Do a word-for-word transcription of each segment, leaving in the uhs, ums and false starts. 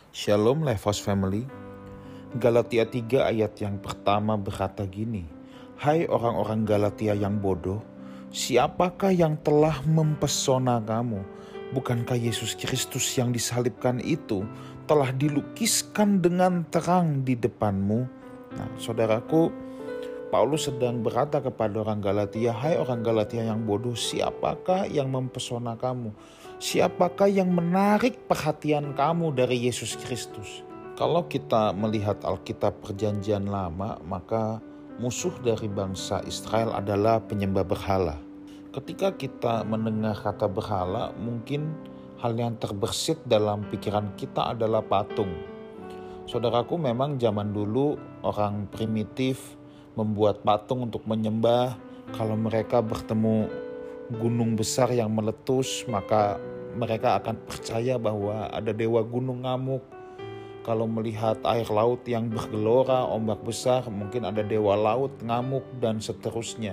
Shalom Lifehouse Family. Galatia tiga ayat yang pertama berkata gini, "Hai orang-orang Galatia yang bodoh, siapakah yang telah mempesona kamu? Bukankah Yesus Kristus yang disalibkan itu telah dilukiskan dengan terang di depanmu?" Nah, saudaraku, Paulus sedang berkata kepada orang Galatia, "Hai orang Galatia yang bodoh, siapakah yang mempesona kamu? Siapakah yang menarik perhatian kamu dari Yesus Kristus?" Kalau kita melihat Alkitab Perjanjian Lama, maka musuh dari bangsa Israel adalah penyembah berhala. Ketika kita mendengar kata berhala, mungkin hal yang terbersit dalam pikiran kita adalah patung. Saudaraku, memang zaman dulu orang primitif membuat patung untuk menyembah. Kalau mereka bertemu gunung besar yang meletus, maka mereka akan percaya bahwa ada dewa gunung ngamuk. Kalau melihat air laut yang bergelora, ombak besar, mungkin ada dewa laut ngamuk dan seterusnya.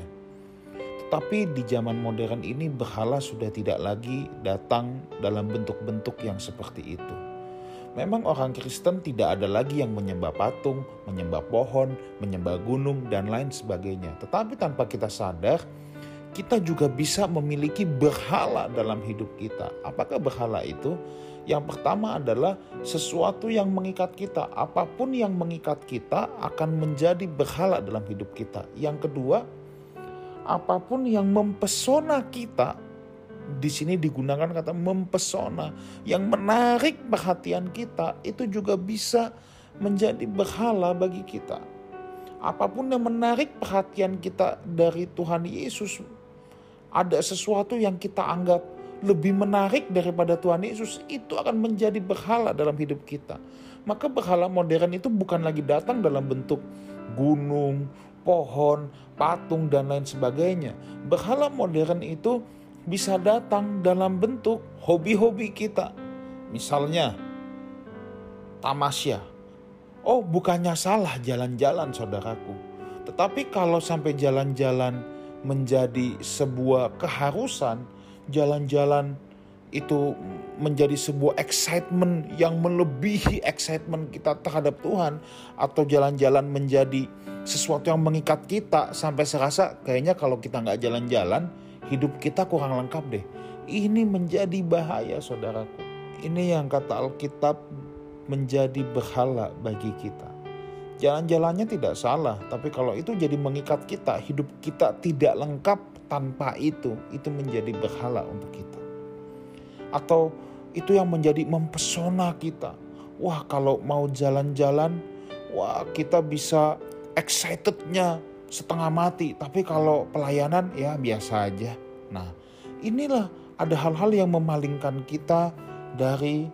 Tetapi di zaman modern ini berhala sudah tidak lagi datang dalam bentuk-bentuk yang seperti itu. Memang orang Kristen tidak ada lagi yang menyembah patung, menyembah pohon, menyembah gunung, dan lain sebagainya. Tetapi tanpa kita sadar, kita juga bisa memiliki berhala dalam hidup kita. Apakah berhala itu? Yang pertama adalah sesuatu yang mengikat kita. Apapun yang mengikat kita akan menjadi berhala dalam hidup kita. Yang kedua, apapun yang mempesona kita. Di sini digunakan kata mempesona, yang menarik perhatian kita, itu juga bisa menjadi berhala bagi kita. Apapun yang menarik perhatian kita dari Tuhan Yesus, ada sesuatu yang kita anggap lebih menarik daripada Tuhan Yesus, itu akan menjadi berhala dalam hidup kita. Maka berhala modern itu bukan lagi datang dalam bentuk gunung, pohon, patung, dan lain sebagainya. Berhala modern itu bisa datang dalam bentuk hobi-hobi kita. Misalnya tamasya. Oh, bukannya salah jalan-jalan, saudaraku. Tetapi kalau sampai jalan-jalan menjadi sebuah keharusan, jalan-jalan itu menjadi sebuah excitement yang melebihi excitement kita terhadap Tuhan, atau jalan-jalan menjadi sesuatu yang mengikat kita sampai serasa kayaknya kalau kita nggak jalan-jalan, hidup kita kurang lengkap deh. Ini menjadi bahaya, saudaraku. Ini yang kata Alkitab menjadi berhala bagi kita. Jalan-jalannya tidak salah, tapi kalau itu jadi mengikat kita, hidup kita tidak lengkap tanpa itu, itu menjadi berhala untuk kita. Atau itu yang menjadi mempesona kita. Wah, kalau mau jalan-jalan, wah kita bisa excitednya setengah mati, tapi kalau pelayanan ya biasa aja. Nah, inilah ada hal-hal yang memalingkan kita dari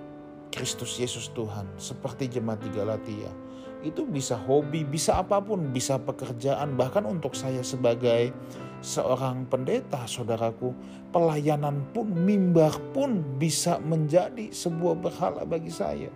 Kristus Yesus Tuhan, seperti jemaat di Galatia. Itu bisa hobi, bisa apapun, bisa pekerjaan. Bahkan untuk saya sebagai seorang pendeta, saudaraku, pelayanan pun, mimbar pun bisa menjadi sebuah berhala bagi saya.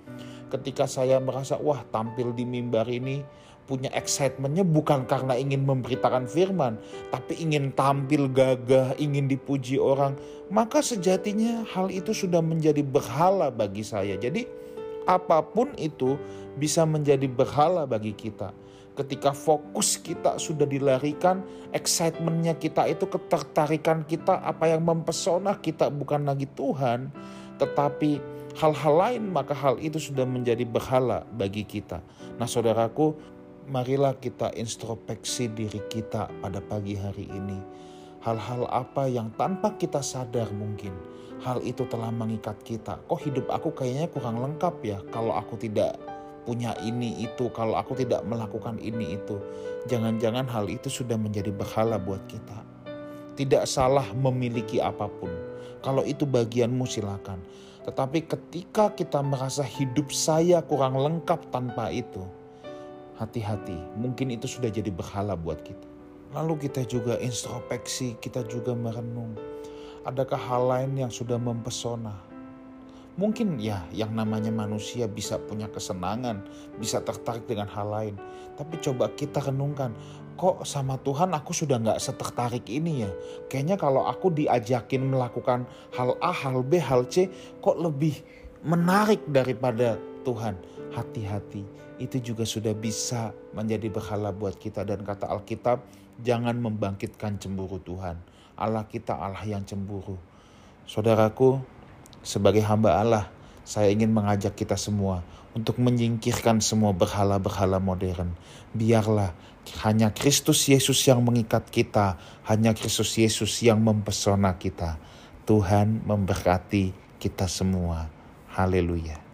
Ketika saya merasa, wah tampil di mimbar ini punya excitementnya bukan karena ingin memberitakan firman, tapi ingin tampil gagah, ingin dipuji orang, maka sejatinya hal itu sudah menjadi berhala bagi saya. Jadi apapun itu bisa menjadi berhala bagi kita. Ketika fokus kita sudah dilarikan, excitementnya kita itu, ketertarikan kita, apa yang mempesona kita bukan lagi Tuhan, tetapi hal-hal lain, maka hal itu sudah menjadi berhala bagi kita. Nah, saudaraku, marilah kita introspeksi diri kita pada pagi hari ini. Hal-hal apa yang tanpa kita sadar mungkin hal itu telah mengikat kita. Kok hidup aku kayaknya kurang lengkap ya kalau aku tidak punya ini itu, kalau aku tidak melakukan ini itu. Jangan-jangan hal itu sudah menjadi berhala buat kita. Tidak salah memiliki apapun. Kalau itu bagianmu silakan. Tetapi ketika kita merasa hidup saya kurang lengkap tanpa itu, hati-hati, mungkin itu sudah jadi berhala buat kita. Lalu kita juga introspeksi, kita juga merenung. Adakah hal lain yang sudah mempesona? Mungkin ya yang namanya manusia bisa punya kesenangan, bisa tertarik dengan hal lain. Tapi coba kita renungkan, kok sama Tuhan aku sudah gak setertarik ini ya. Kayaknya kalau aku diajakin melakukan hal A, hal B, hal C, kok lebih menarik daripada Tuhan. Hati-hati, itu juga sudah bisa menjadi berhala buat kita. Dan kata Alkitab, jangan membangkitkan cemburu Tuhan. Allah kita Allah yang cemburu. Saudaraku, sebagai hamba Allah, saya ingin mengajak kita semua untuk menyingkirkan semua berhala-berhala modern. Biarlah hanya Kristus Yesus yang mengikat kita, hanya Kristus Yesus yang mempesona kita. Tuhan memberkati kita semua. Haleluya.